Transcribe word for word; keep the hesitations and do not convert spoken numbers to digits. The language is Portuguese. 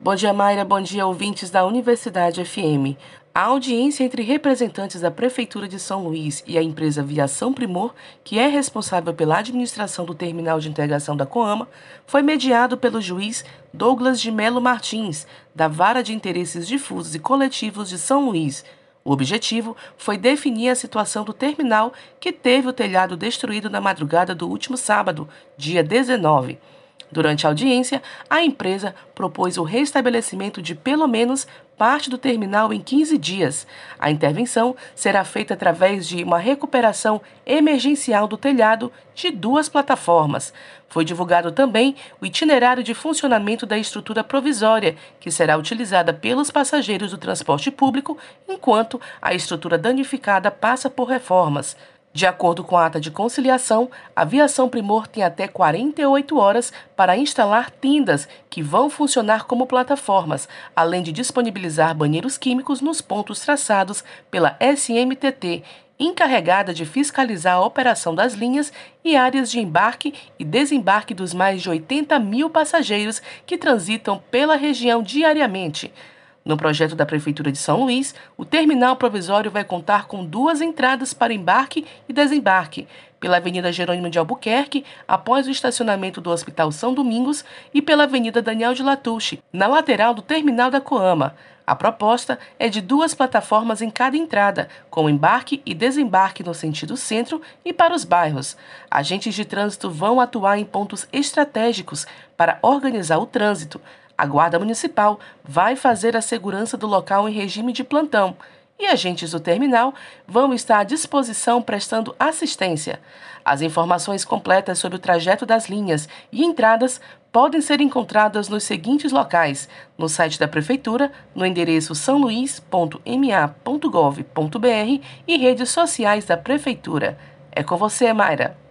Bom dia, Mayra. Bom dia, ouvintes da Universidade F M. A audiência entre representantes da Prefeitura de São Luís e a empresa Viação Primor, que é responsável pela administração do terminal de integração da Coama, foi mediado pelo juiz Douglas de Melo Martins, da Vara de Interesses Difusos e Coletivos de São Luís. O objetivo foi definir a situação do terminal que teve o telhado destruído na madrugada do último sábado, dia dezenove. Durante a audiência, a empresa propôs o restabelecimento de pelo menos parte do terminal em quinze dias. A intervenção será feita através de uma recuperação emergencial do telhado de duas plataformas. Foi divulgado também o itinerário de funcionamento da estrutura provisória, que será utilizada pelos passageiros do transporte público, enquanto a estrutura danificada passa por reformas. De acordo com a ata de conciliação, a Viação Primor tem até quarenta e oito horas para instalar tendas que vão funcionar como plataformas, além de disponibilizar banheiros químicos nos pontos traçados pela S M T T, encarregada de fiscalizar a operação das linhas e áreas de embarque e desembarque dos mais de oitenta mil passageiros que transitam pela região diariamente. No projeto da Prefeitura de São Luís, o terminal provisório vai contar com duas entradas para embarque e desembarque, pela Avenida Jerônimo de Albuquerque, após o estacionamento do Hospital São Domingos, e pela Avenida Daniel de Latouche, na lateral do terminal da Coama. A proposta é de duas plataformas em cada entrada, com embarque e desembarque no sentido centro e para os bairros. Agentes de trânsito vão atuar em pontos estratégicos para organizar o trânsito. A Guarda Municipal vai fazer a segurança do local em regime de plantão e agentes do terminal vão estar à disposição prestando assistência. As informações completas sobre o trajeto das linhas e entradas podem ser encontradas nos seguintes locais: no site da Prefeitura, no endereço são luís ponto m a ponto gov ponto b r e redes sociais da Prefeitura. É com você, Mayra.